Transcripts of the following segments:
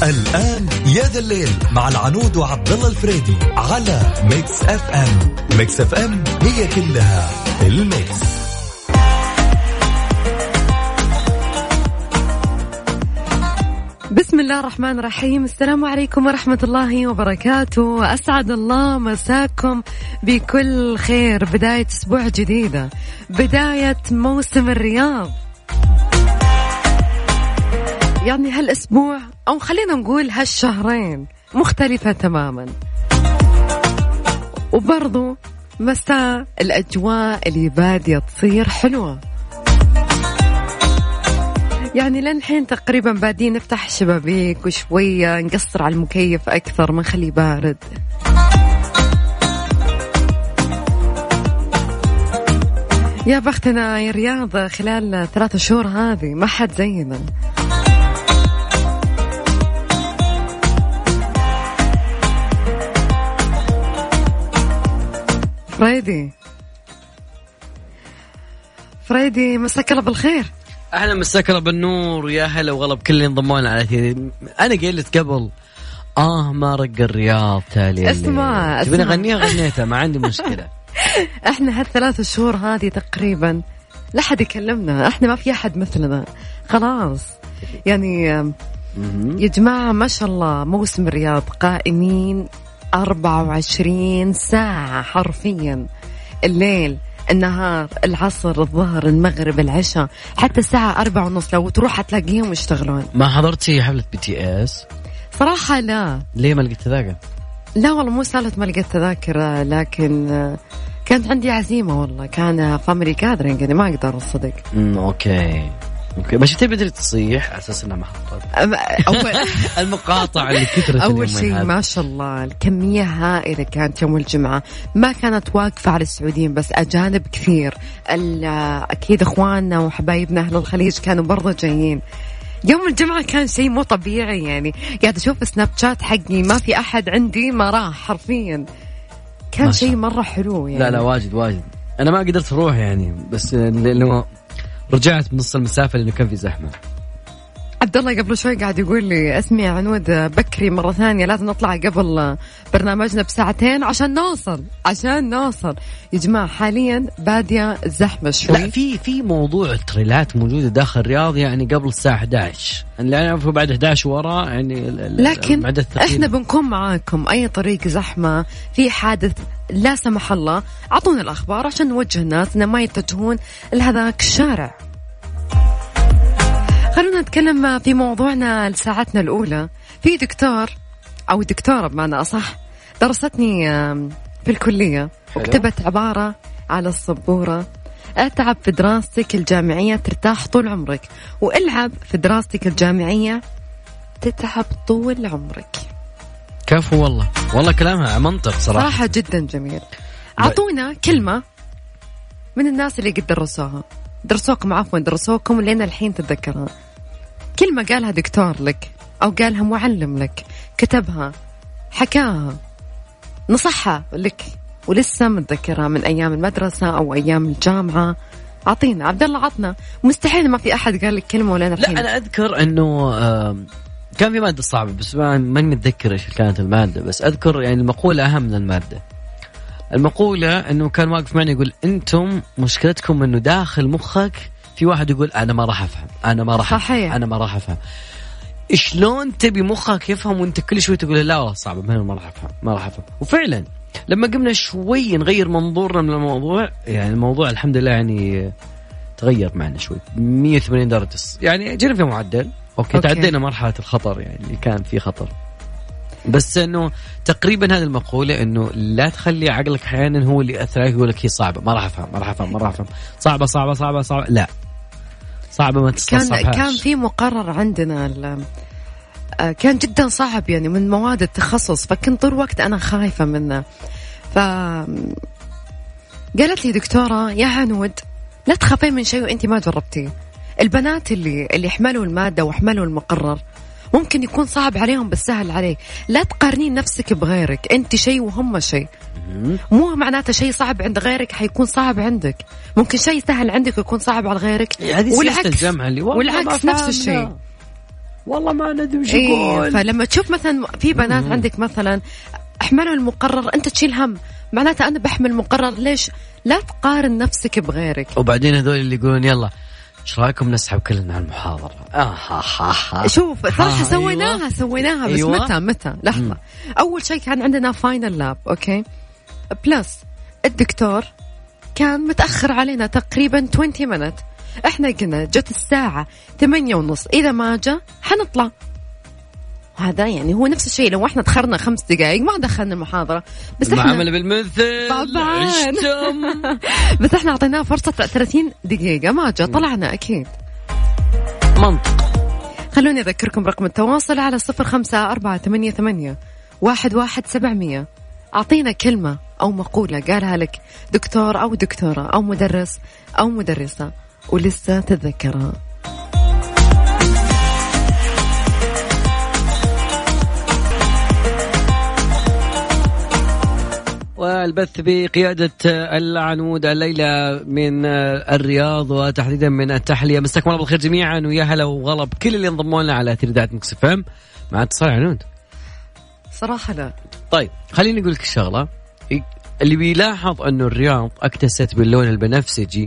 الآن يا ذا الليل مع العنود وعبد الله الفريدي على ميكس اف ام. ميكس اف ام هي كلها الميكس. بسم الله الرحمن الرحيم. السلام عليكم ورحمة الله وبركاته. أسعد الله مساكم بكل خير. بداية أسبوع جديدة، بداية موسم الرياض. يعني هالأسبوع أو خلينا نقول هالشهرين مختلفة تماما، وبرضو مساء الأجواء اللي بادية تصير حلوة. يعني للحين تقريبا بادين نفتح الشبابيك وشوية نقصر على المكيف أكثر ما نخليه بارد. يا بختنا يا رياض، خلال 3 شهور هذه ما حد زينا. فريدي مساك الله بالخير. أهلا مساك الله بالنور، يا هلا وغلب كل اللي انضمون على ثيري. أنا قلت قبل ما رق الرياض تالي. اسمع تبيني أغنيها غنيتها ما عندي مشكلة. احنا هال3 شهور هذه تقريبا لا حد يكلمنا، احنا ما في أحد مثلنا خلاص. يعني يا جماعة ما شاء الله موسم الرياض قائمين 24 ساعة حرفيا، الليل النهار العصر الظهر المغرب العشاء، حتى الساعة 4:30 لو تروح هتلاقيهم يشتغلون. ما حضرتي حفلة BTS؟ صراحة لا. ليه ما لقيت تذاكر؟ لا والله مو سالت ما لقيت تذاكر، لكن كانت عندي عزيمة والله، كان فاميلي كادرينج يعني ما أقدر أصدق. أوكي بس تبي تصيح على أساس إنها ما حضرت. المقاطعة اللي كثرت أول شيء ما شاء الله الكمية هائلة كانت يوم الجمعة، ما كانت واقفة على السعوديين بس، أجانب كثير. أكيد إخواننا وحبايبنا أهل الخليج كانوا برضه جايين. يوم الجمعة كان شيء مو طبيعي، يعني قاعد أشوف سناب شات حقي ما في أحد عندي ما راح حرفيا. كان شيء مرة حلو يعني. لا واجد أنا ما قدرت أروح يعني، بس لأنه رجعت بنص المسافة لأنه كان في زحمة. عبد الله قبل شوي قاعد يقول لي اسمي عنود بكري مرة ثانية، لازم نطلع قبل برنامجنا ب2 عشان نوصل. يا جماعة حاليا بادية زحمة شوي. لا في موضوع التريلات موجودة داخل الرياض يعني قبل الساعة 11، اللي أنا أعرفه بعد 11 ورا يعني. لكن إحنا بنكون معاكم أي طريق زحمة في حادث لا سمح الله، عطونا الأخبار عشان نوجه الناس إن ما يتجهون لهذاك الشارع. خلونا نتكلم في موضوعنا لساعتنا الأولى. في دكتور أو دكتورة بمعنى أصح درستني في الكلية وكتبت عبارة على السبورة: اتعب في دراستك الجامعية ترتاح طول عمرك، والعب في دراستك الجامعية تتعب طول عمرك. كفو والله كلامها منطق صراحة جدا جميل. عطونا كلمة من الناس اللي قد درسوكم لين الحين تتذكرها، كلمة قالها دكتور لك أو قالها معلم لك، كتبها، حكاها، نصحها لك ولسه متذكرها من أيام المدرسة أو أيام الجامعة. عطينا عبد الله، عطنا. مستحيل ما في أحد قال لك كلمة ولا الحين. لا أنا أذكر إنه كان في مادة صعبة بس ما متذكر إيش كانت المادة، بس أذكر يعني المقولة أهم من المادة. المقولة إنه كان واقف معنا يقول أنتم مشكلتكم إنه داخل مخك في واحد يقول أنا ما راح أفهم، أنا ما راح أفهم. شلون تبي مخك يفهم وأنت كل شوي تقول لا والله صعبة ما راح أفهم. وفعلا لما قمنا شوي نغير منظورنا من الموضوع، يعني الموضوع الحمد لله يعني تغير معنا شوي 180 درجة، يعني جينا في معدل. أوكي. تعدينا مرحلة الخطر، يعني كان في خطر، بس إنه تقريبا هذه المقولة إنه لا تخلي عقلك أحيانا هو اللي يأثر عليك، يقول لك هي صعبة ما راح أفهم، صعبة لا صعبة ما تستصعبهاش. كان في مقرر عندنا كان جدا صعب يعني من مواد التخصص، فكنت طول الوقت أنا خايفة منه. قالت لي دكتورة يا عنود لا تخافين من شيء وأنت ما جربتيه. البنات اللي حملوا المادة وحملوا المقرر ممكن يكون صعب عليهم بس سهل عليك. لا تقارنين نفسك بغيرك، أنت شيء وهم شيء. مو معناته شيء صعب عند غيرك حيكون صعب عندك، ممكن شيء سهل عندك يكون صعب على غيرك، والعكس نفس الشيء. والله ما ندري وش يقول. فلما تشوف مثلا في بنات عندك مثلا احملوا المقرر، انت تشيل هم، معناته انا بحمل مقرر. ليش لا تقارن نفسك بغيرك؟ وبعدين هذول اللي يقولون يلا ايش رايكم نسحب كلنا على المحاضره. شوف صراحه سويناها بس أيوة. متى لحظه. اول شيء كان عندنا فاينل لاب اوكي بلس الدكتور كان متاخر علينا تقريبا 20 minutes. احنا قلنا جت الساعه 8:30 اذا ما جاء حنطلع. هذا يعني هو نفس الشيء لو احنا تأخرنا 5 دقائق ما دخلنا المحاضرة. بس ما عمل بالمثل بس احنا اعطيناه فرصة 30 دقيقة ما جاء طلعنا أكيد منطق. خلوني أذكركم رقم التواصل على 0548811700. أعطينا كلمة أو مقولة قالها لك دكتور أو دكتورة أو مدرس أو مدرسة ولسه تتذكرها. والبث بقيادة العنود الليلة من الرياض وتحديدا من التحلية. مساكم الله بالخير جميعا ويا هلا وغلب كل اللي انضموا لنا على تردات مكس اف ام. مع اتصال عنود صراحة لا. طيب خليني أقول لك الشغلة، اللي بيلاحظ أنه الرياض اكتست باللون البنفسجي،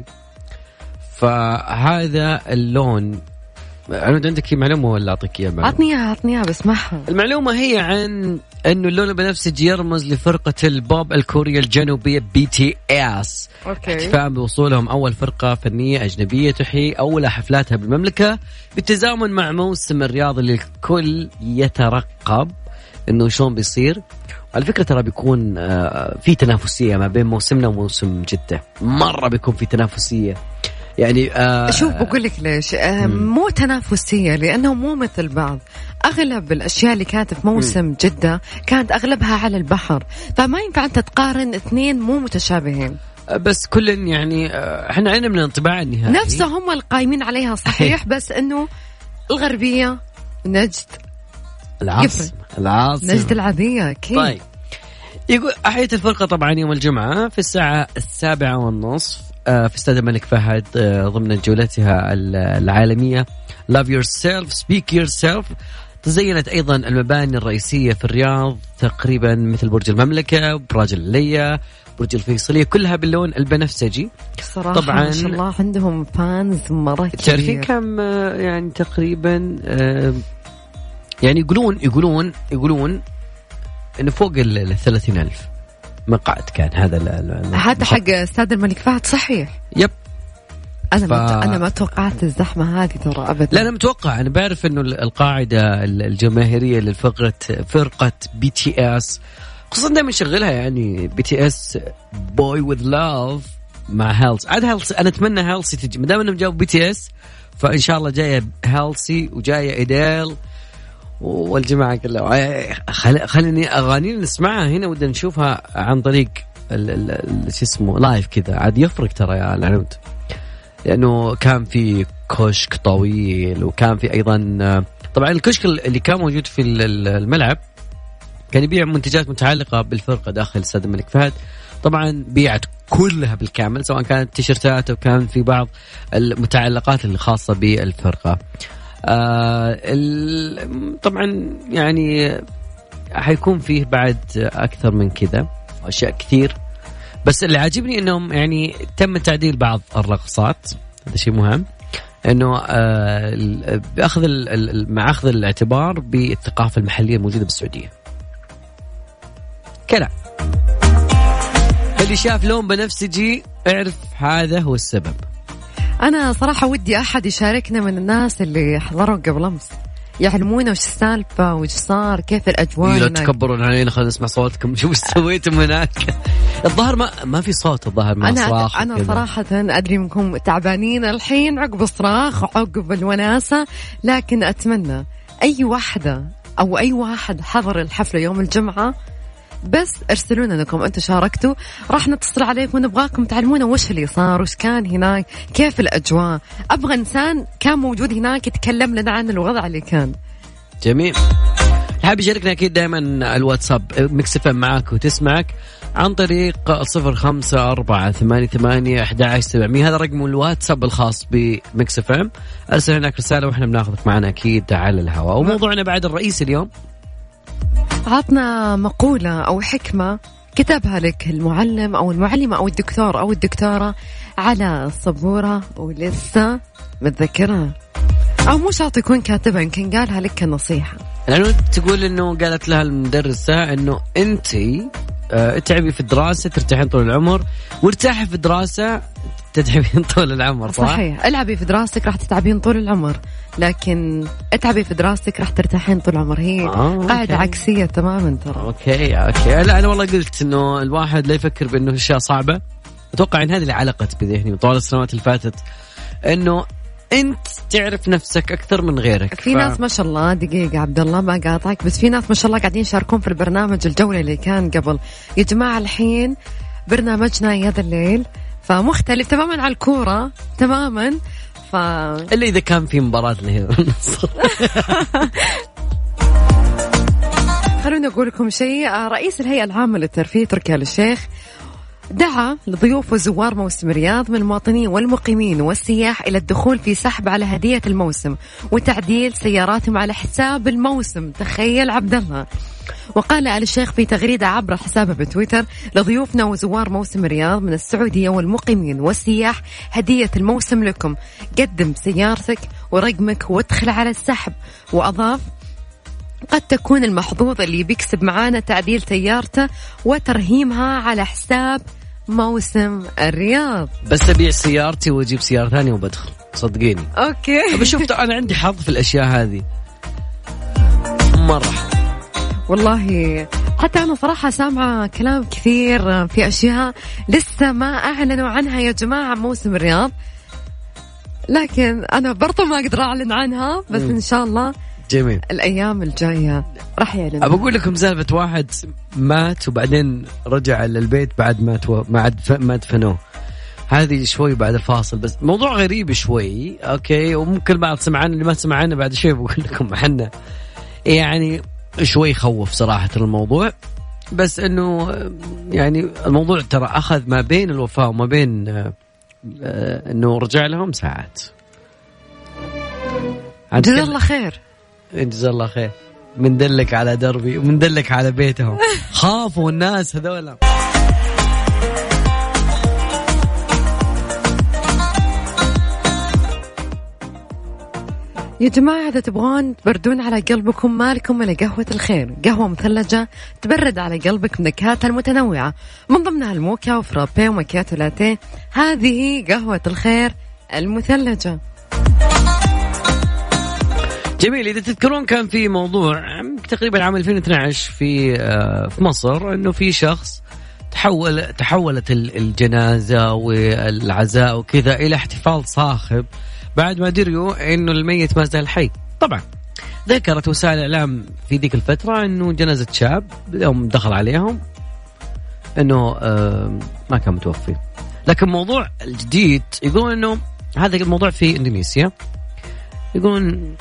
فهذا اللون عنود عندك معلومة ولا أعطيك إياها؟ عطنيها بسمعها. المعلومة هي عن أنه اللون البنفسجي يرمز لفرقة البوب الكورية الجنوبية BTS. احتفاء بوصولهم أول فرقة فنية أجنبية تحيي أول حفلاتها بالمملكة بالتزامن مع موسم الرياض اللي الكل يترقب أنه شلون بيصير. على فكرة ترى بيكون في تنافسية ما بين موسمنا وموسم جدة، مرة بيكون في تنافسية يعني. شوف بقول لك ليش مو تنافسية، لأنه مو مثل بعض. أغلب الأشياء اللي كانت في موسم جدة كانت أغلبها على البحر، فما ينفع أنت تقارن اثنين مو متشابهين. بس كل يعني احنا عنا من الانطباع النهائي نفسه هم القائمين عليها صحيح بس إنه الغربية نجد العاصمة نجد العادية كيف. طيب يقول أحيت الفرقة طبعا يوم الجمعة في الساعة 7:30 في استاد الملك فهد ضمن جولتها العالمية Love Yourself Speak Yourself. تزينت أيضا المباني الرئيسية في الرياض تقريبا مثل برج المملكة، برج العلية، برج الفيصلية، كلها باللون البنفسجي. صراحة طبعا ما شاء الله عندهم فانز مرة كثير. تعرفين كم يعني تقريبا يعني يقولون إنه فوق 30,000 مقعد كان هذا حق استاد الملك فهد صحيح. يب. أنا ما توقعت الزحمة هذه ترى أبدا. لا أنا متوقع، أنا بعرف إنه القاعدة الجماهيرية فرقة BTS خصوصا دائما شغلها يعني BTS Boy with Love مع هيلز. عاد هيلز أنا أتمنى هيلسي تجي، ما دام إنهم جابوا BTS فإن شاء الله جاية هيلسي وجاية إيديل والجماعة كلها. خليني أغاني نسمعها هنا ودنا نشوفها عن طريق شو اسمه لايف كذا، عاد يفرق ترى يا العنود، لأنه كان في كشك طويل وكان في أيضا طبعا الكشك اللي كان موجود في الملعب كان يبيع منتجات متعلقة بالفرقة داخل استاد الملك فهد. طبعا بيعت كلها بالكامل سواء كانت تيشرتات أو كان في بعض المتعلقات اللي خاصة بالفرقة. طبعا يعني حيكون فيه بعد أكثر من كذا أشياء كثير، بس اللي عاجبني إنهم يعني تم تعديل بعض الرقصات، هذا شيء مهم، إنه بأخذ مع أخذ الاعتبار بالثقافة المحلية الموجودة بالسعودية. كلام اللي شاف لون بنفسجي اعرف هذا هو السبب. أنا صراحة ودي أحد يشاركنا من الناس اللي حضروا قبل أمس يعلمونا وش السالفة وش صار كيف الأجواء. لا تكبرون علينا، خلينا نسمع صوتكم شو سويتم هناك. الظاهر ما في صوت، الظاهر ما صراخ. أنا صراحة أدري منكم تعبانين الحين عقب الصراخ وعقب الوناسة، لكن أتمنى أي واحدة أو أي واحد حضر الحفلة يوم الجمعة بس ارسلونا لكم أنتوا شاركتوا، راح نتصل عليكم ونبغاكم تعلمونا وش اللي صار وش كان هناك كيف الأجواء. أبغى إنسان كان موجود هناك يتكلم لنا عن الوضع اللي كان. جميل. حابب يشاركنا أكيد دائما الواتساب ميكس اف ام معاك وتسمعك عن طريق 0548811700. هذا رقم الواتساب الخاص بميكس اف ام. ارسل هناك رسالة واحنا بناخذك معنا اكيد على الهواء. وموضوعنا بعد الرئيس اليوم عطنا مقولة أو حكمة كتبها لك المعلم أو المعلمة أو الدكتور أو الدكتورة على السبورة ولسه متذكرها، أو مو شرط يكون كاتبها، يمكن قالها لك كنصيحة. لأنه تقول إنه قالت لها المدرسة إنه أنتي اتعبي في الدراسة ترتاحين طول العمر، وارتاحي في الدراسة تتعبين طول العمر. صحيح، العبي في دراستك راح تتعبين طول العمر، لكن اتعبي في دراستك راح ترتاحين طول العمر. هي قاعدة عكسية تماما ترى. اوكي لا انا والله قلت انه الواحد لا يفكر بانه اشياء صعبة. اتوقع ان هذه اللي علقت بذهني طوال السنوات اللي فاتت، انه انت تعرف نفسك اكثر من غيرك. في ناس ما شاء الله، دقيقة عبد الله ما قاطعك، بس في ناس ما شاء الله قاعدين يشاركون في البرنامج الجولة اللي كان قبل. يا جماعة الحين برنامجنا يا ذا الليل فمختلف تماما على الكورة تماما، اللي إذا كان في مباراة النصر. خلونا أقول لكم شيء. رئيس الهيئة العامة للترفيه تركي آل الشيخ دعا لضيوف وزوار موسم الرياض من المواطنين والمقيمين والسياح إلى الدخول في سحب على هدية الموسم وتعديل سياراتهم على حساب الموسم. تخيل عبد الله. وقال آل الشيخ في تغريدة عبر حسابه بتويتر: لضيوفنا وزوار موسم الرياض من السعودية والمقيمين والسياح هدية الموسم لكم، قدم سيارتك ورقمك وادخل على السحب. وأضاف: قد تكون المحظوظ اللي بيكسب معانا تعديل سيارته وترهيمها على حساب موسم الرياض. بس أبيع سيارتي وأجيب سيارة ثانية وبدخل، صدقيني. أوكي. بشوفت أنا عندي حظ في الأشياء هذه مرة والله. حتى أنا صراحة سامعة كلام كثير في أشياء لسه ما أعلنوا عنها يا جماعة موسم الرياض، لكن أنا برضو ما أقدر أعلن عنها، بس إن شاء الله جميل الأيام الجاية راح يعلن. أقول لكم سالفة واحد مات وبعدين رجع للبيت بعد ما دفنوه. هذه شوي بعد الفاصل، بس موضوع غريب شوي. أوكي، وممكن بعض سمعنا اللي ما سمعنا بعد شوي بقول لكم عنه. يعني شوي خوف صراحة الموضوع، بس إنه يعني الموضوع ترى أخذ ما بين الوفاة وما بين إنه رجع لهم ساعات. جزا الله خير. جزا الله خير. من دلك على دربي ومن دلك على بيتهم. خافوا الناس هذولا. يا جماعة إذا تبغون تبردون على قلبكم مالكم إلا قهوة الخير، قهوة مثلجة تبرد على قلبك بنكهاتها المتنوعة، من ضمنها الموكا وفرابي ومكياتو لاتيه. هذه قهوة الخير المثلجة. جميل. إذا تذكرون كان في موضوع تقريبا عام 2012 في مصر، إنه في شخص تحولت الجنازة والعزاء وكذا إلى احتفال صاخب بعد ما دريوا إنه الميت ما زال حي. طبعا ذكرت وسائل الإعلام في ذيك الفترة إنه جنازة شاب يوم دخل عليهم إنه ما كان متوفي. لكن موضوع الجديد يقول إنه هذا الموضوع في إندونيسيا، يقولون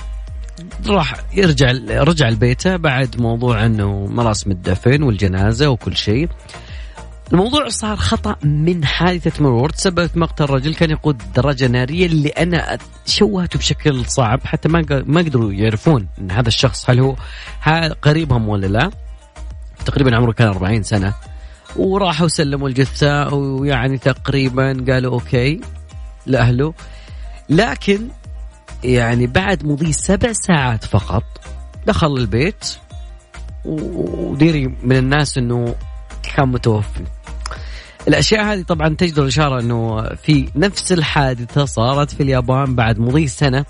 رجع لبيته بعد موضوع انه مراسم الدفن والجنازة وكل شيء. الموضوع صار خطأ من حادثة مرور تسببت مقتل رجل كان يقود دراجة نارية، اللي أنا شوهته بشكل صعب حتى ما قدروا يعرفون إن هذا الشخص هل هو قريبهم ولا لا. تقريبا عمره كان 40 سنة، وراحوا سلموا الجثة ويعني تقريبا قالوا أوكي لأهله. لكن يعني بعد مضي 7 ساعات فقط دخل البيت وديري من الناس انه كان متوفي. الاشياء هذه طبعا تجدر الاشاره انه في نفس الحادثه صارت في اليابان بعد مضي سنه.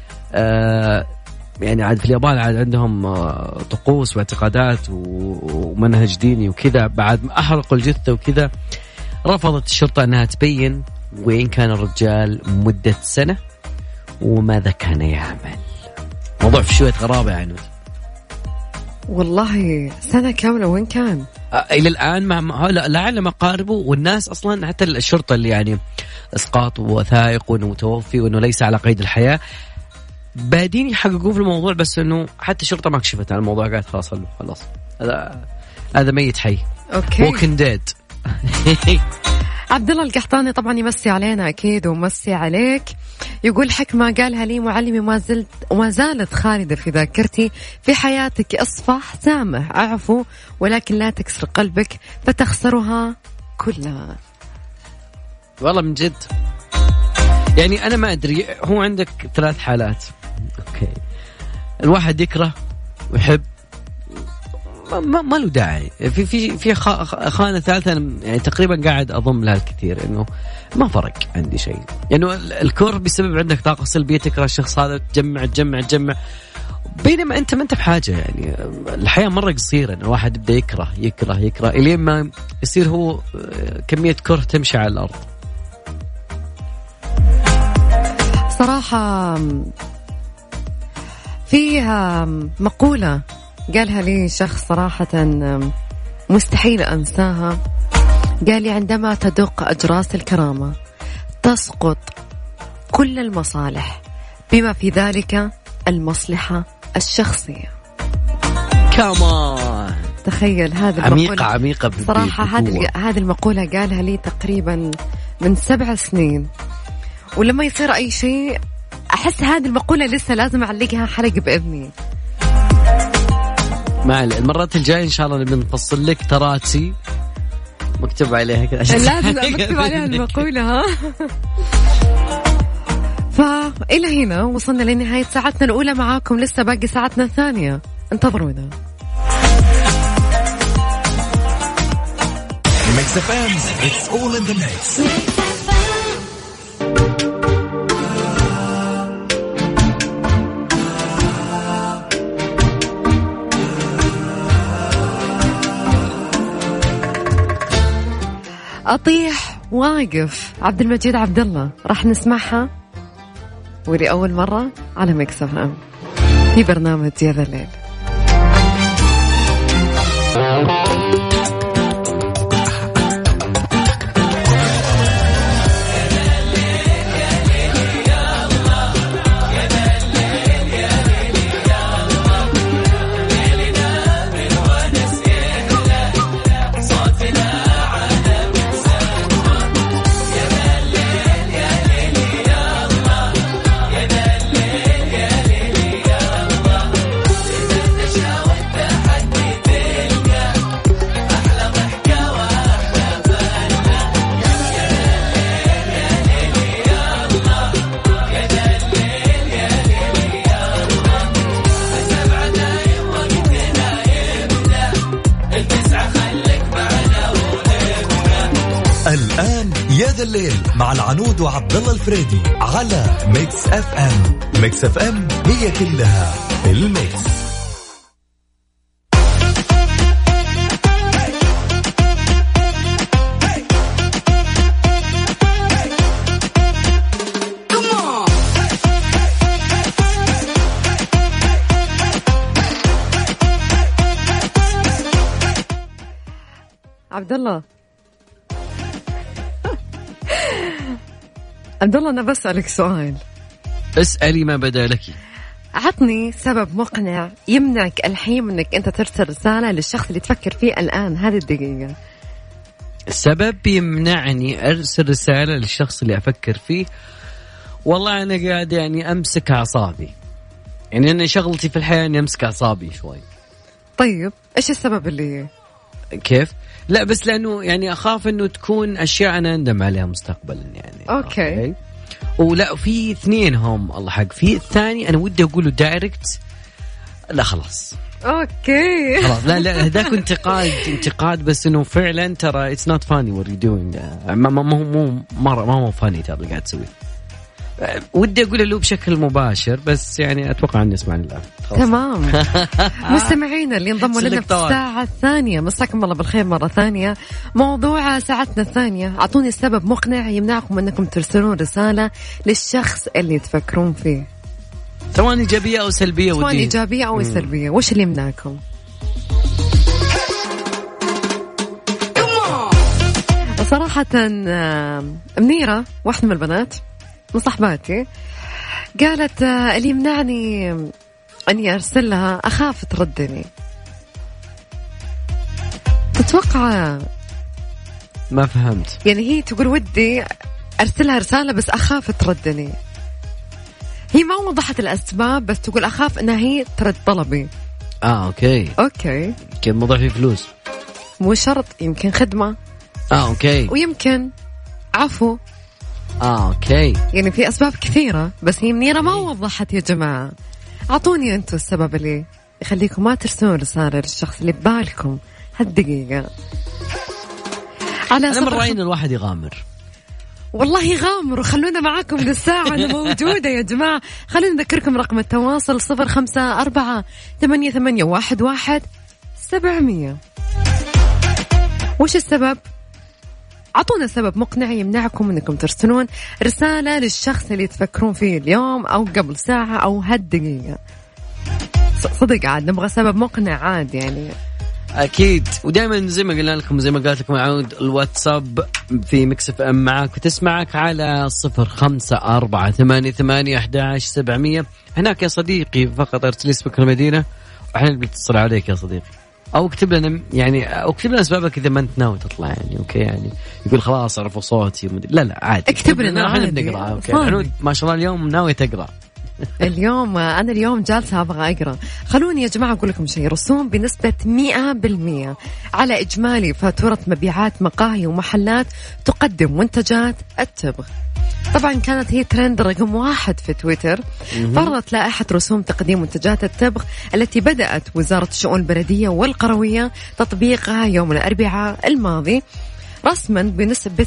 يعني عاد في اليابان عاد عندهم طقوس واعتقادات ومنهج ديني وكذا. بعد ما احرقوا الجثه وكذا رفضت الشرطه انها تبين وين كان الرجال مده سنه وماذا كان يعمل. موضوع في شوية غرابة يعني. والله سنة كاملة وين كان؟ إلى الآن لعل مقاربه والناس أصلا حتى الشرطة اللي يعني إسقاط وثائق وإنه متوفي وإنه ليس على قيد الحياة بادين يحققون في الموضوع، بس إنه حتى الشرطة ما كشفت عن الموضوع، قالت خلاص هذا ميت حي أوكي. Walking Dead. عبد الله القحطاني طبعا يمسي علينا أكيد ومسي عليك. يقول حكمة قالها لي معلمي وما زالت خالدة في ذاكرتي: في حياتك اصفح، سامح، اعفو، ولكن لا تكسر قلبك فتخسرها كلها. والله من جد، يعني أنا ما أدري، هو عندك 3 حالات. أوكي، الواحد يكره ويحب، ما له داعي. في خانة ثالثة يعني تقريبا قاعد أضم لها الكثير، إنه ما فرق عندي شيء. يعني الكره بيسبب عندك طاقة سلبية، تكره الشخص هذا، تجمع، بينما أنت ما أنت بحاجة. يعني الحياة مرة قصيرة، إن الواحد يبدأ يكره إلين ما يصير هو كمية كره تمشي على الأرض. صراحة فيها مقولة قالها لي شخص صراحة مستحيل أنساها. قال لي: عندما تدق أجراس الكرامة تسقط كل المصالح، بما في ذلك المصلحة الشخصية. كمان تخيل هذه عميقة صراحة. هذه المقولة قالها لي تقريبا من 7 سنين، ولما يصير أي شيء أحس هذه المقولة لسه لازم أعلقها حلق بإذني. معلي المرات الجاية إن شاء الله نبي نفصل لك تراتي مكتوب عليها كذا، لازم مكتوب عليها المقولة. ها فإلى هنا وصلنا لنهاية ساعتنا الأولى معاكم، لسه باقي ساعتنا الثانية، انتظرونا. Mix FM, it's all in the mix. أطيح واقف عبد المجيد عبد الله راح نسمعها ولأول مرة على ميكس اف ام في برنامج يا ذا الليل. الآن يا ذا الليل مع العنود وعبد الله الفريدي على ميكس اف ام. ميكس اف ام هي كلها الميكس. عبد الله عبد الله، أنا بسألك سؤال. اسألي ما بدا لك. عطني سبب مقنع يمنعك الحين من أنك أنت ترسل رسالة للشخص اللي تفكر فيه الآن هذه الدقيقة. السبب يمنعني أرسل رسالة للشخص اللي أفكر فيه؟ والله أنا قاعد يعني أمسك أعصابي، يعني أنا شغلتي في الحياة أني أمسك أعصابي شوي. طيب إيش السبب اللي كيف؟ لا بس لأنه يعني أخاف أنه تكون أشياء أنا أندم عليها مستقبلا يعني. أوكي. ولا في 2 هم الله حق، في الثاني أنا ودي أقوله دايركت، لا خلاص أوكي خلاص لا هذاك انتقاد بس إنه فعلا ترى it's not funny what you're doing. ما هو funny ترى اللي قاعد تسويه. ودي أقول له بشكل مباشر بس يعني أتوقع أن يسمعني الآن. تمام. مستمعينا اللي انضموا لنا في الساعة الثانية، مساكم الله بالخير مرة ثانية. موضوع ساعتنا الثانية، أعطوني سبب مقنع يمنعكم أنكم ترسلون رسالة للشخص اللي تفكرون فيه، سواء إيجابية أو سلبية. سواء إيجابية أو سلبية، وش اللي يمنعكم؟ صراحة منيرة واحدة من البنات من صحباتي قالت اللي يمنعني أني أرسل لها أخاف تردني. تتوقع؟ ما فهمت. يعني هي تقول ودي أرسلها رسالة بس أخاف تردني. هي ما وضحت الأسباب بس تقول أخاف أنها هي ترد طلبي. أوكي كان موضوع فيه فلوس، مو شرط، يمكن خدمة. أوكي. ويمكن عفو. أوكي. يعني في أسباب كثيرة بس هي منيرة ما وضحت يا جماعة. أعطوني أنتوا السبب اللي يخليكم ما ترسلون رسالة للشخص اللي ببالكم هالدقيقة. أنا من رأيي إن الواحد يغامر. والله غامروا، خلونا معاكم للساعة أنا موجودة يا جماعة. خلونا نذكركم رقم التواصل 0548811700. وش السبب؟ أعطونا سبب مقنع يمنعكم أنكم ترسلون رسالة للشخص اللي تفكرون فيه اليوم أو قبل ساعة أو هالدقيقة. صدق عاد نبغى سبب مقنع عاد يعني. أكيد. ودائما زي ما قلنا لكم زي ما قالت لكم عود الواتساب في ميكس اف ام معك وتسمعك على 0548811700. هناك يا صديقي فقط ارسل اسمك المدينة وإحنا بنتصل عليك يا صديقي، أو اكتب لنا يعني أو اكتب لنا أسبابك إذا ما أنت ناوي تطلع يعني. أوكي يعني يقول خلاص عرفوا صوتي لا عادي اكتب لنا احنا بنقرأ. أوكي عنود ما شاء الله اليوم ناوي تقرأ. أنا اليوم جالسة أبغى أقرأ. خلوني يا جماعة أقول لكم شيء. رسوم بنسبة 100% على إجمالي فاتورة مبيعات مقاهي ومحلات تقدم منتجات التبغ. طبعا كانت هي ترند رقم 1 في تويتر. فرضت لائحة رسوم تقديم منتجات التبغ التي بدأت وزارة الشؤون البلدية والقروية تطبيقها يوم الأربعاء الماضي رسما بنسبة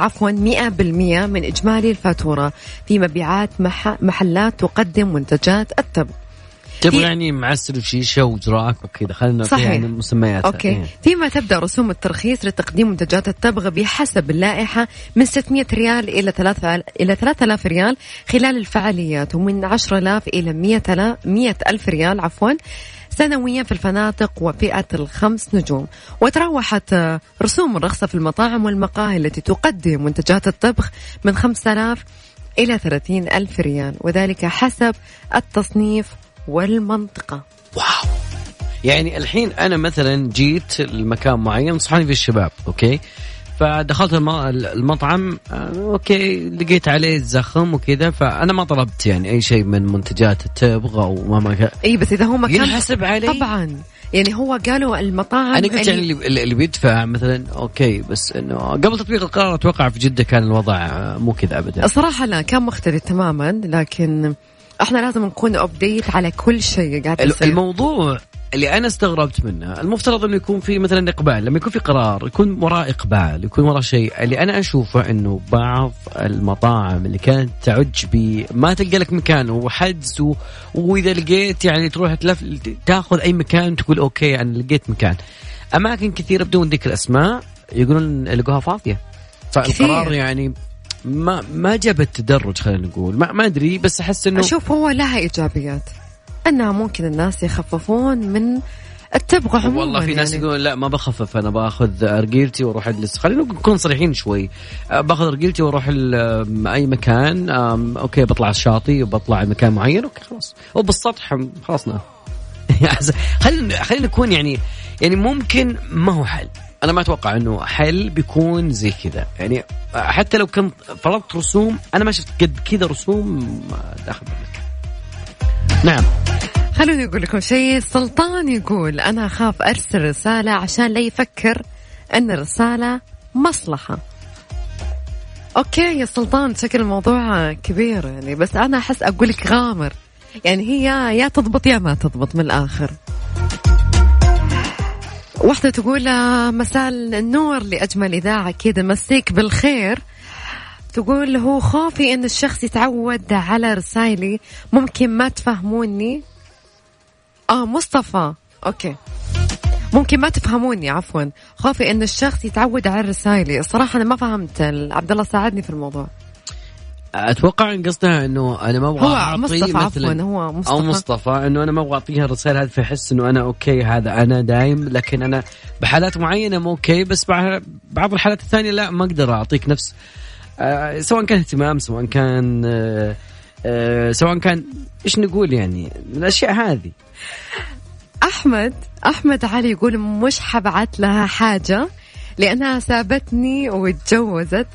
100% من إجمالي الفاتورة في مبيعات محلات تقدم منتجات التبغ. تبغى يعني معسل وشيشة وجراك وكذا، خلينا نعطيها يعني مسميات. أوكي. فيما تبدأ رسوم الترخيص لتقديم منتجات التبغ بحسب اللائحة من 600 ريال إلى 3000 ريال خلال الفعاليات، ومن 10,000 إلى 100,000 ريال سنويا في الفنادق وفئة 5 نجوم. وتراوحت رسوم الرخصة في المطاعم والمقاهي التي تقدم منتجات الطبخ من 5,000 إلى 30,000 ريال، وذلك حسب التصنيف والمنطقة. واو. يعني الحين أنا مثلا جيت المكان معين صحاني في الشباب، أوكي، فدخلت المطعم، أوكي، لقيت عليه الزخم وكذا، فأنا ما طلبت يعني أي شيء من منتجات التبغ أو ما إيه، بس إذا هو مكان ينحسب عليه طبعا. يعني هو قالوا المطاعم، أنا قلت يعني اللي بيدفع مثلا أوكي، بس إنه قبل تطبيق القرار أتوقع في جدة كان الوضع مو كذا أبدا. صراحة لا، كان مختلف تماما، لكن احنا لازم نكون أبديت على كل شيء قاعد يصير. الموضوع اللي أنا استغربت منه، المفترض إنه يكون في مثلا إقبال، لما يكون في قرار يكون وراء إقبال، يكون وراء شيء. اللي أنا أشوفه إنه بعض المطاعم اللي كانت تعج ما تلقى لك مكان وحجز وإذا لقيت يعني تروح تأخذ أي مكان تقول أوكي أنا لقيت مكان. أماكن كثيرة بدون ذكر أسماء يقولون لقوها فاضية، فالقرار يعني ما جاب التدرج، خلينا نقول ما أدري، بس أحس إنه أشوف هو لها إيجابيات، أنها ممكن الناس يخففون من التبغ عموما. والله في ناس يعني يقولون لا ما بخفف، أنا باخذ رجيلتي وأروح أجلس. خلينا نكون صريحين شوي، باخذ رجيلتي وأروح أي مكان، أوكي بطلع الشاطئ وبطلع مكان معين، أوكي خلاص، وبالسطح خلاصنا. خلينا نكون يعني ممكن ما هو حل. أنا ما أتوقع إنه حل بيكون زي كذا، يعني حتى لو كنت فرضت رسوم، أنا ما شفت قد كذا رسوم داخل بالك. نعم. خلوني أقول لكم شيء. سلطان يقول أنا أخاف أرسل رسالة عشان لا يفكر أن الرسالة مصلحة. أوكي يا سلطان، شكل الموضوع كبير يعني، بس أنا أحس أقول لك غامر، يعني هي يا تضبط يا ما تضبط من الآخر. واحدة تقول مساء النور لأجمل إذاعة، كذا مسيك بالخير. تقول هو خوفي إن الشخص يتعود على رسائلي، ممكن ما تفهموني. مصطفى أوكي، ممكن ما تفهموني، عفوا، خوفي إن الشخص يتعود على رسائلي. الصراحة أنا ما فهمت. عبد الله ساعدني في الموضوع. أتوقع إن قصدها إنه أنا ما أبغى أعطيه مثلا، هو مصطفى أو مصطفى، إنه أنا ما أبغى أعطيها الرسالة هذه فيحس إنه أنا أوكي، هذا أنا دايم، لكن أنا بحالات معينة مو أوكي، بس بعض الحالات الثانية لا، ما أقدر أعطيك نفس سواء كان اهتمام، سواء كان إيش نقول يعني الأشياء هذه. أحمد علي يقول مش حبعت لها حاجة لأنها سابتني واتجوزت.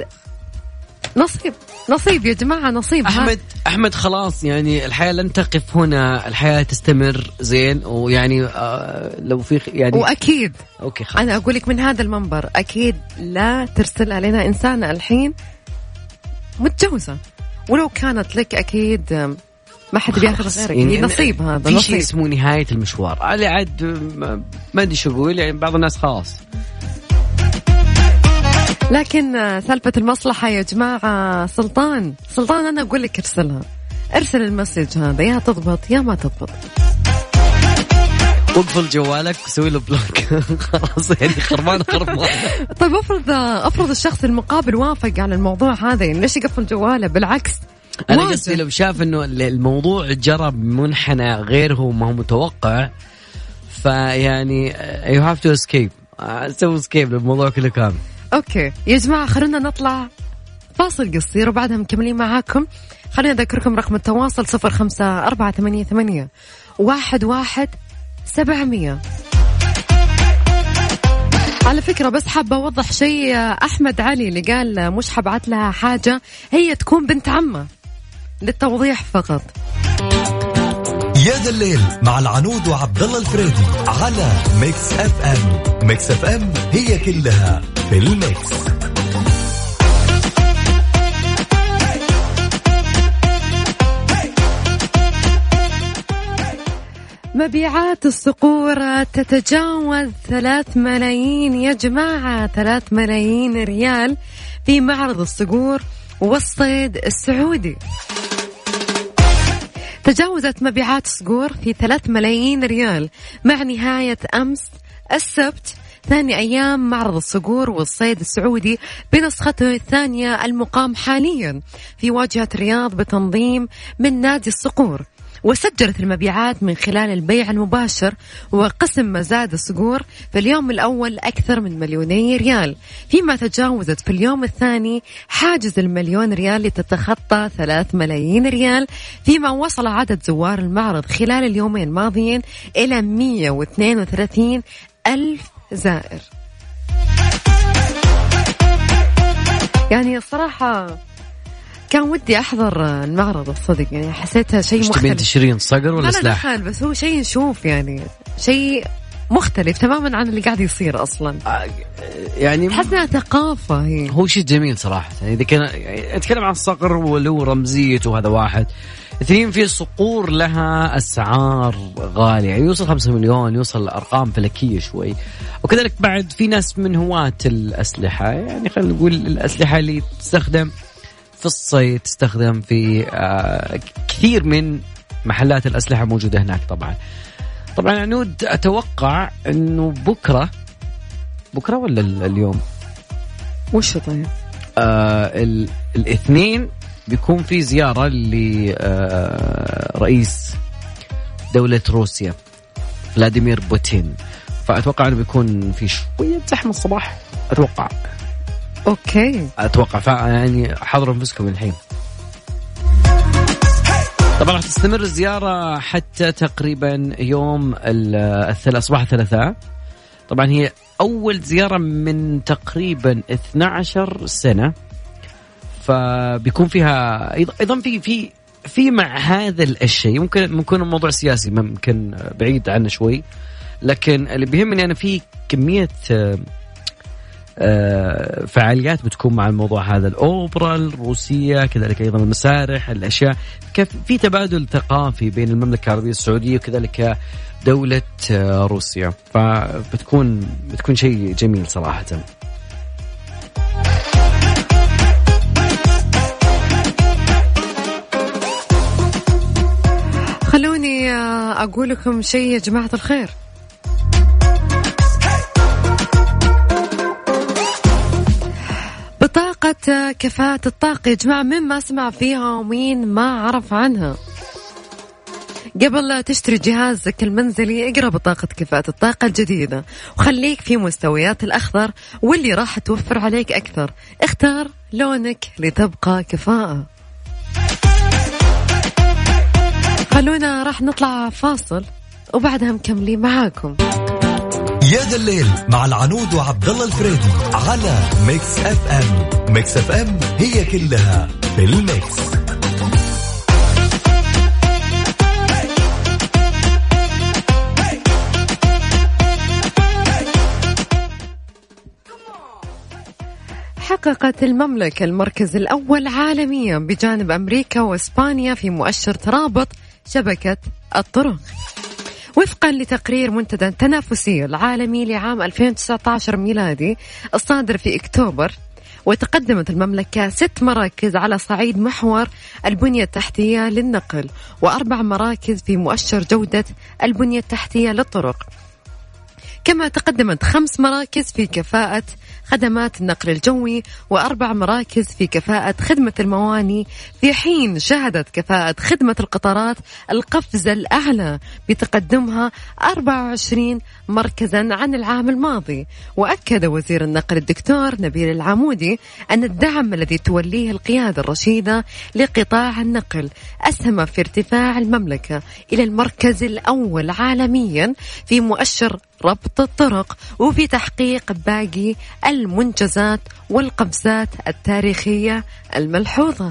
نصيب يا جماعة، نصيب. أحمد خلاص، يعني الحياة لن تقف هنا، الحياة تستمر زين. ويعني لو في يعني وأكيد أوكي خلاص. أنا أقول لك من هذا المنبر أكيد لا ترسل علينا إنسانة الحين متجوزة، ولو كانت لك أكيد ما حد بياخذ غيرك. يعني نصيب، هذا في شيء اسمه نهاية المشوار. على عاد ما أدري شو أقول، يعني بعض الناس خلاص. لكن سالفة المصلحة يا جماعة، سلطان أنا أقول لك ارسل المسج هذا، يا تضبط يا ما تضبط. وقفل جوالك وسوي له بلوك. خلاص يعني خربان. طيب افرض الشخص المقابل وافق على الموضوع هذا، يعني ليش يقفل جواله؟ بالعكس أنا قصدي لو شاف إنه الموضوع جرى بمنحنى غير هو ما هو متوقع، فيعني you have to escape. سوي escape للموضوع كله كامل. أوكي يا جماعة، خلونا نطلع فاصل قصير وبعدها مكملين معاكم. خلينا أذكركم رقم التواصل 0548811700. على فكرة بس حابة أوضح شيء، أحمد علي اللي قال مش حبعت لها حاجة، هي تكون بنت عمه، للتوضيح فقط. يا ذا الليل مع العنود وعبد الله الفريدي على ميكس اف ام. ميكس اف ام هي كلها في الميكس. مبيعات الصقور تتجاوز 3 ملايين يا جماعة، 3 ملايين ريال في معرض الصقور والصيد السعودي. تجاوزت مبيعات الصقور في 3 ملايين ريال مع نهاية أمس السبت، ثاني أيام معرض الصقور والصيد السعودي بنسخته الثانية المقام حاليا في واجهة الرياض بتنظيم من نادي الصقور. وسجلت المبيعات من خلال البيع المباشر وقسم مزاد الصقور في اليوم الأول أكثر من 2,000,000 ريال، فيما تجاوزت في اليوم الثاني حاجز 1,000,000 ريال لتتخطى 3 ملايين ريال، فيما وصل عدد زوار المعرض خلال اليومين الماضيين إلى 132,000 زائر. يعني الصراحة كان ودي أحضر المعرض الصدق، يعني حسيتها شيء مختلف. تبين تشترين صقر ولا سلاح؟ لا بس هو شيء نشوف، يعني شيء مختلف تماما عن اللي قاعد يصير أصلا. يعني حسنا ثقافة هي. هو شيء جميل صراحة. يعني إذا كان أتكلم عن الصقر ولو رمزيته، وهذا واحد. 2 في صقور لها أسعار غالية، يعني يوصل 5 مليون، يوصل أرقام فلكية شوي. وكذلك بعد في ناس من هواة الأسلحة، يعني خلينا نقول الأسلحة اللي تستخدم في الصيد، تستخدم في كثير من محلات الأسلحة موجودة هناك. طبعا عنود أتوقع أنه بكرة ولا اليوم وش طيب الاثنين بيكون في زيارة لرئيس دولة روسيا فلاديمير بوتين، فأتوقع أنه بيكون في شوية زحمة الصباح أتوقع. أوكي أتوقع يعني حضروا أنفسكم الحين. طبعا راح تستمر الزيارة حتى تقريبا يوم صباح الثلاثاء. طبعا هي أول زيارة من تقريبا 12 سنة، فبيكون فيها أيضا في مع هذا الشيء ممكن الموضوع سياسي، ممكن بعيد عنه شوي، لكن اللي بيهمني أنا في كمية فعاليات بتكون مع الموضوع هذا، الأوبرا الروسية، كذلك أيضا المسارح، الأشياء، كيف في تبادل ثقافي بين المملكة العربية السعودية وكذلك دولة روسيا، فبتكون شيء جميل صراحة. خلوني أقول لكم شيء يا جماعة الخير. بطاقة كفاءة الطاقة يا جماعة، مين ما سمع فيها ومين ما عرف عنها؟ قبل تشتري جهازك المنزلي اقرأ بطاقة كفاءة الطاقة الجديدة وخليك في مستويات الأخضر واللي راح توفر عليك أكثر. اختار لونك لتبقى كفاءة. خلونا راح نطلع فاصل وبعدها مكملين معاكم. يا ذا الليل مع العنود وعبد الله الفريدي على ميكس اف ام. ميكس اف ام هي كلها في الميكس. حققت المملكة المركز الأول عالميا بجانب أمريكا وإسبانيا في مؤشر ترابط شبكة الطرق وفقا لتقرير منتدى التنافسي العالمي لعام 2019 ميلادي الصادر في أكتوبر. وتقدمت المملكة 6 مراكز على صعيد محور البنية التحتية للنقل و4 مراكز في مؤشر جودة البنية التحتية للطرق. كما تقدمت 5 مراكز في كفاءة خدمات النقل الجوي و4 مراكز في كفاءة خدمة المواني، في حين شهدت كفاءة خدمة القطارات القفزة الأعلى بتقدمها 24 مركزا عن العام الماضي. وأكد وزير النقل الدكتور نبيل العمودي أن الدعم الذي توليه القيادة الرشيدة لقطاع النقل أسهم في ارتفاع المملكة إلى المركز الأول عالميا في مؤشر ربط الطرق وفي تحقيق باقي المنجزات والقفزات التاريخية الملحوظة.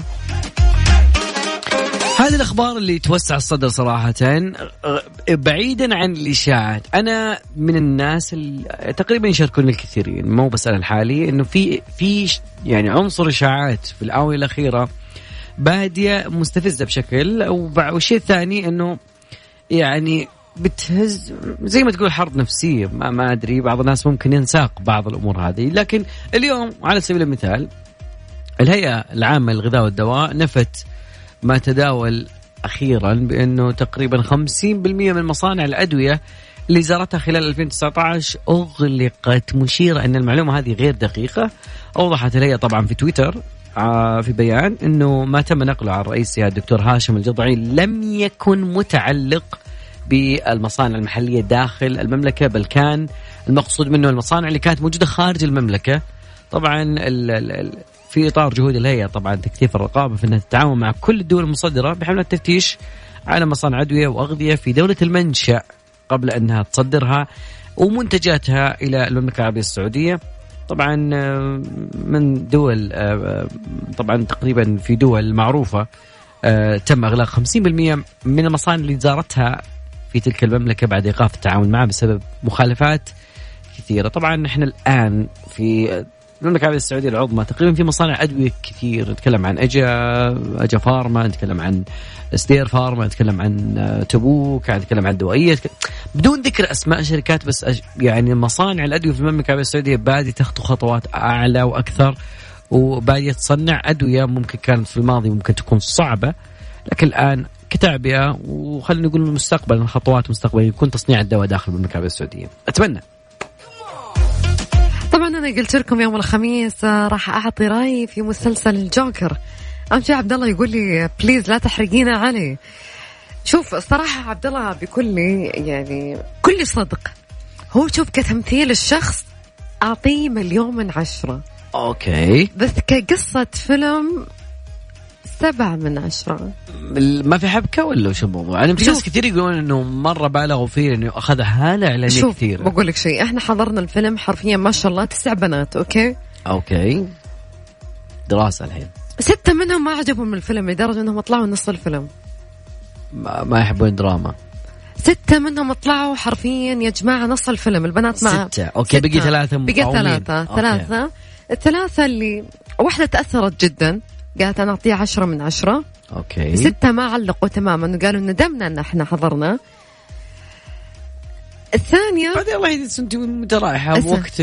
هذه الأخبار اللي توسع الصدر صراحة، بعيدا عن الإشاعات. أنا من الناس اللي تقريبا يشاركون الكثيرين، مو بس أنا الحالي، إنه في يعني عنصر إشاعات في الآونة الأخيرة بادية مستفزة بشكل، والشيء الثاني إنه يعني بتهز زي ما تقول حرب نفسية. ما أدري، بعض الناس ممكن ينساق بعض الأمور هذه. لكن اليوم على سبيل المثال الهيئة العامة للغذاء والدواء نفت ما تداول أخيرا بأنه تقريبا 50% من مصانع الأدوية اللي زارتها خلال 2019 أغلقت، مشيرة أن المعلومة هذه غير دقيقة. أوضحت الهيئة طبعا في تويتر في بيان أنه ما تم نقله عن رئيسها الدكتور هاشم الجضعي لم يكن متعلق بالمصانع المحلية داخل المملكة، بل كان المقصود منه المصانع اللي كانت موجودة خارج المملكة. طبعا في إطار جهود الهيئة طبعا تكثيف الرقابة في أنها تتعاون مع كل الدول المصدرة بحملة تفتيش على مصانع أدوية وأغذية في دولة المنشأ قبل أنها تصدرها ومنتجاتها إلى المملكة العربية السعودية. طبعا من دول طبعا تقريبا في دول معروفة تم إغلاق 50% من المصانع اللي زارتها في تلك المملكة بعد إيقاف التعاون معها بسبب مخالفات كثيرة. طبعا نحن الآن في المملكة العربية السعودية العظمى تقريبا في مصانع أدوية كثير، نتكلم عن أجا فارما، نتكلم عن ستير فارما، نتكلم عن تبوك، نتكلم عن دوائية، بدون ذكر أسماء شركات. بس يعني مصانع الأدوية في المملكة العربية السعودية بادي تخطو خطوات أعلى وأكثر، وبادي تصنع أدوية ممكن كانت في الماضي ممكن تكون صعبة، لكن الآن كتعبئة وخلينا نقول المستقبل، الخطوات مستقبل يكون تصنيع الدواء داخل المملكة العربية السعودية. أتمنى. طبعا أنا قلت لكم يوم الخميس راح أعطي رأيي في مسلسل الجوكر. أمشي عبد الله يقول لي بليز لا تحرقينا عليه. شوف الصراحة عبد الله بكل يعني كل صدق، هو شوف كتمثيل الشخص أعطيه 1,000,000/10. أوكي. بس كقصة فيلم 7/10. ما في حبكة ولا شو الموضوع؟ أنا في ناس كثير يقولون إنه مرة بالغوا فيه إنه أخذ هالة إعلانية كثير. بقول لك شيء، إحنا حضرنا الفيلم حرفيا ما شاء الله 9 بنات. أوكي. دراسة الحين 6 منهم ما عجبهم الفيلم لدرجة إنهم طلعوا نص الفيلم ما يحبون دراما. 6 منهم طلعوا حرفيا يا جماعة نص الفيلم. البنات مع 6. أوكي. بقي 3. بقي 3. الثلاثة اللي واحدة تأثرت جدا قالت أنا أعطيها 10/10. أوكي. 6 ما علقوا تماما، قالوا ندمنا أن احنا حضرنا. الثانية بعد الله يهديك أنت مترايحة وقت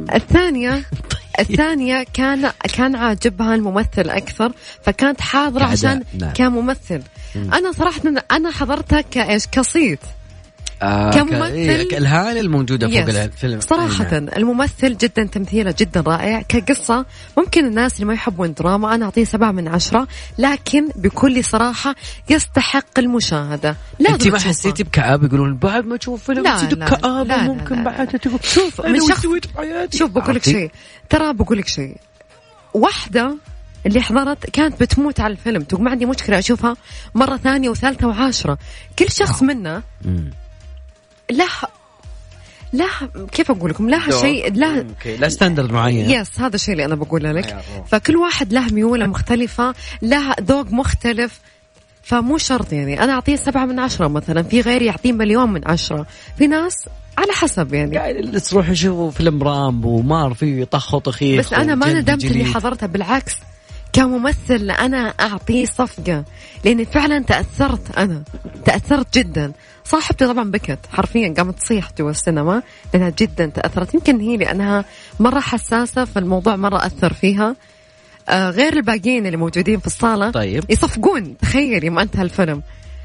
الثانية كان عاجبها الممثل أكثر فكانت حاضرة عشان كممثل. أنا صراحة أنا حضرتها كصيت كممثل الهالة الموجودة فوق الفيلم صراحة. الممثل جدا تمثيله جدا رائع. كقصة ممكن الناس اللي ما يحبون دراما أنا أعطيه 7/10، لكن بكل صراحة يستحق المشاهدة. لا أنت ما حسيتي بكآبة؟ يقولون بعد ما تشوف فيلم تصير كآبة ممكن بعد تقول شوف من شخص. شوف بقول لك شيء، ترى بقول لك شيء، واحدة اللي حضرت كانت بتموت على الفيلم، تقول ما عندي مشكلة أشوفها مرة ثانية وثالثة و10. كل شخص منا لا كيف أقول لكم، لها شيء، لا ستاندرد معين. يس هذا الشيء اللي أنا بقوله لك. فكل واحد له ميوله مختلفة، له ذوق مختلف، فمو شرط يعني أنا أعطيه 7 من 10 مثلا، في غيري يعطيه 1,000,000 في ناس على حسب يعني. قاعد تروح يشوفوا فيلم رامبو ومار فيه طخ وطخيخ، بس أنا ما ندمت اللي حضرتها، بالعكس كممثل أنا أعطيه صفقة، لأني فعلا تأثرت جدا. صاحبتي طبعا بكت حرفيا، قامت تصيح جوا السينما لأنها جدا تأثرت. يمكن هي لأنها مرة حساسة، فالموضوع مرة أثر فيها. غير الباقيين اللي موجودين في الصالة طيب يصفقون، تخيلي ما انتهى الفيلم.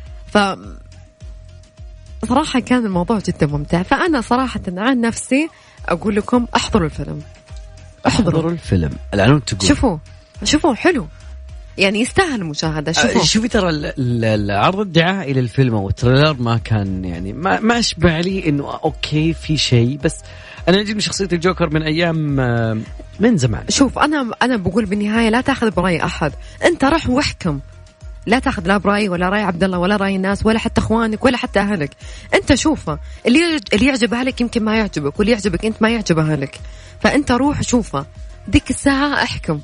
صراحة كان الموضوع جدا ممتع. فأنا صراحة عن نفسي أقول لكم احضروا الفيلم، احضروا الفيلم. العنود تقول شوفوا حلو يعني، يستاهل المشاهدة. شوفي ترى العرض الدعائي للفيلم والتريلر ما كان يعني ما أشبع لي إنه أوكي في شيء، بس أنا أجيب شخصية الجوكر من أيام من زمان. شوف أنا بقول بالنهاية لا تأخذ برأي أحد، أنت رح واحكم، لا تأخذ لا برأي ولا رأي عبد الله ولا رأي الناس ولا حتى إخوانك ولا حتى أهلك. أنت شوفه، اللي يعجب أهلك يمكن ما يعجبك، واللي يعجبك أنت ما يعجب أهلك، فأنت روح شوفه ديك الساعة احكم.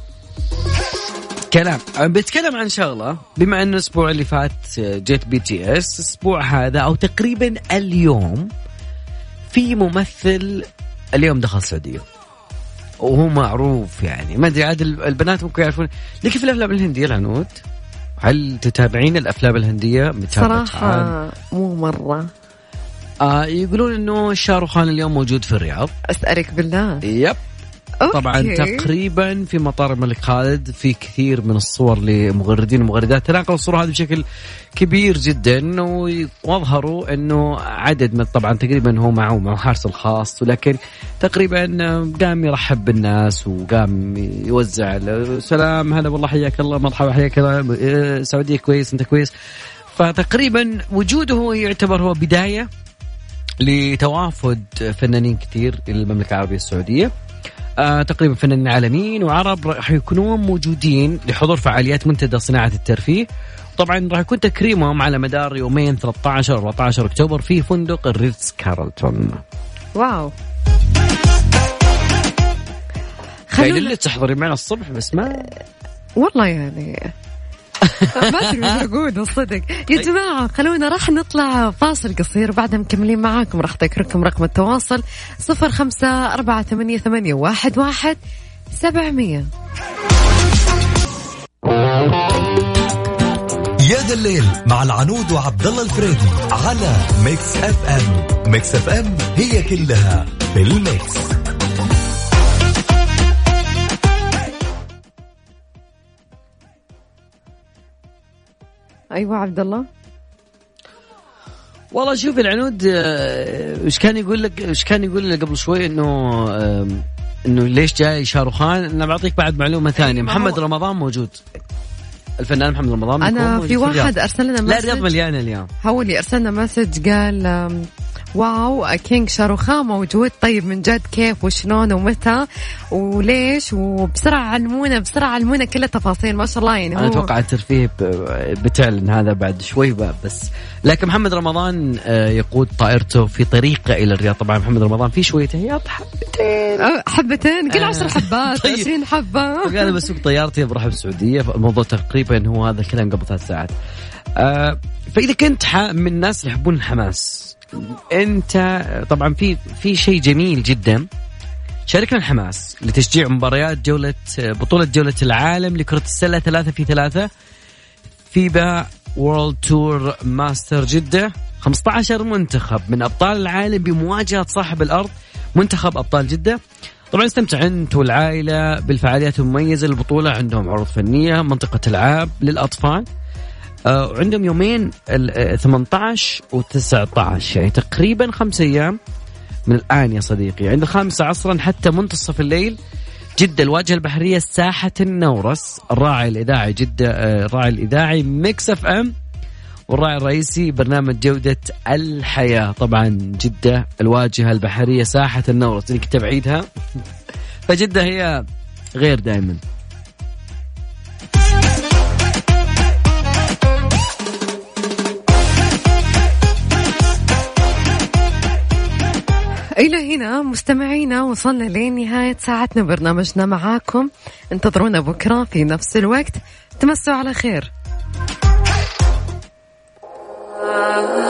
كلام بيتكلم عن شغلة، بما أنه الأسبوع اللي فات جيت BTS، الأسبوع هذا أو تقريبا اليوم في ممثل اليوم دخل السعودية وهو معروف يعني، ما أدري عاد البنات ممكن يعرفون. لكن في الأفلام الهندية العنود، هل تتابعين الأفلام الهندية؟ صراحة مو مرة. يقولون إنه شاروخان اليوم موجود في الرياض. أسألك بالله. يب طبعا تقريبا في مطار الملك خالد في كثير من الصور لمغردين ومغردات تناقلوا الصورة هذه بشكل كبير جدا، واظهروا انه عدد من طبعا تقريبا هو معه حارس الخاص، ولكن تقريبا قام يرحب بالناس وقام يوزع سلام هلا والله حياك الله مرحبا حياك الله سعودية كويس انت كويس. فتقريبا وجوده يعتبر هو بداية لتوافد فنانين كثير إلى المملكة العربية السعودية. تقريبا فنانين عالميين وعرب راح يكونون موجودين لحضور فعاليات منتدى صناعة الترفيه. طبعا راح يكون تكريمهم على مدار يومين 13 و 14 أكتوبر في فندق الريتز كارلتون. واو، اللي تحضري معنا الصبح بس ما والله يعني ما أدري وش أقول الصدق. يا جماعة خلونا راح نطلع فاصل قصير، بعدها مكملين معاكم. راح أذكركم رقم التواصل 0548811700. يا ذا الليل مع العنود وعبد الله الفريدي على ميكس اف ام. ميكس اف ام هي كلها في الميكس. أيوة عبد الله. والله شوف العنود ايش كان يقول لك قبل شوي انه ليش جاي شاروخان. انا بعطيك بعد معلومة ثانية. محمد رمضان موجود، الفنان محمد رمضان. أنا في واحد أرسلنا مسج، لا الرياض مليانة اليوم. هو اللي أرسلنا مسج قال واو كينج شاروخان موجود. طيب من جد كيف وشلون ومتى وليش؟ وبسرعة علمونا كل التفاصيل ما شاء الله يعني. أنا أتوقع الترفيه بتعلن هذا بعد شوي بس. لكن محمد رمضان يقود طائرته في طريقه إلى الرياض. طبعا محمد رمضان في شوية هياط حبتين كل 10 حبات 20 حبة. وقال بسوق طيارتي بروح بالسعودية. الموضوع تقريبا هو هذا الكلام قبل 3 ساعات. فإذا كنت من الناس اللي يحبون الحماس، انت طبعا في شيء جميل جدا. شاركنا الحماس لتشجيع مباريات بطولة جولة العالم لكرة السلة 3-3 فيبا وورلد تور ماستر جدة. 15 منتخب من أبطال العالم بمواجهة صاحب الأرض منتخب أبطال جدة. طبعا استمتع أنت والعائلة بالفعاليات المميزة للبطولة. عندهم عروض فنية، منطقة ألعاب للأطفال. عندهم يومين 18 و19 يعني تقريبا 5 أيام من الآن يا صديقي. عند 5 عصرا حتى منتصف الليل. جدة الواجهة البحرية ساحة النورس. الراعي الإذاعي جدة، الراعي الإذاعي ميكس اف ام، والراعي الرئيسي برنامج جودة الحياة. طبعا جدة الواجهة البحرية ساحة النورس اللي كنت بعيدها فجدة هي غير دائما. إلى هنا مستمعينا وصلنا لنهاية ساعتنا برنامجنا معاكم. انتظرونا بكرة في نفس الوقت. تمسوا على خير.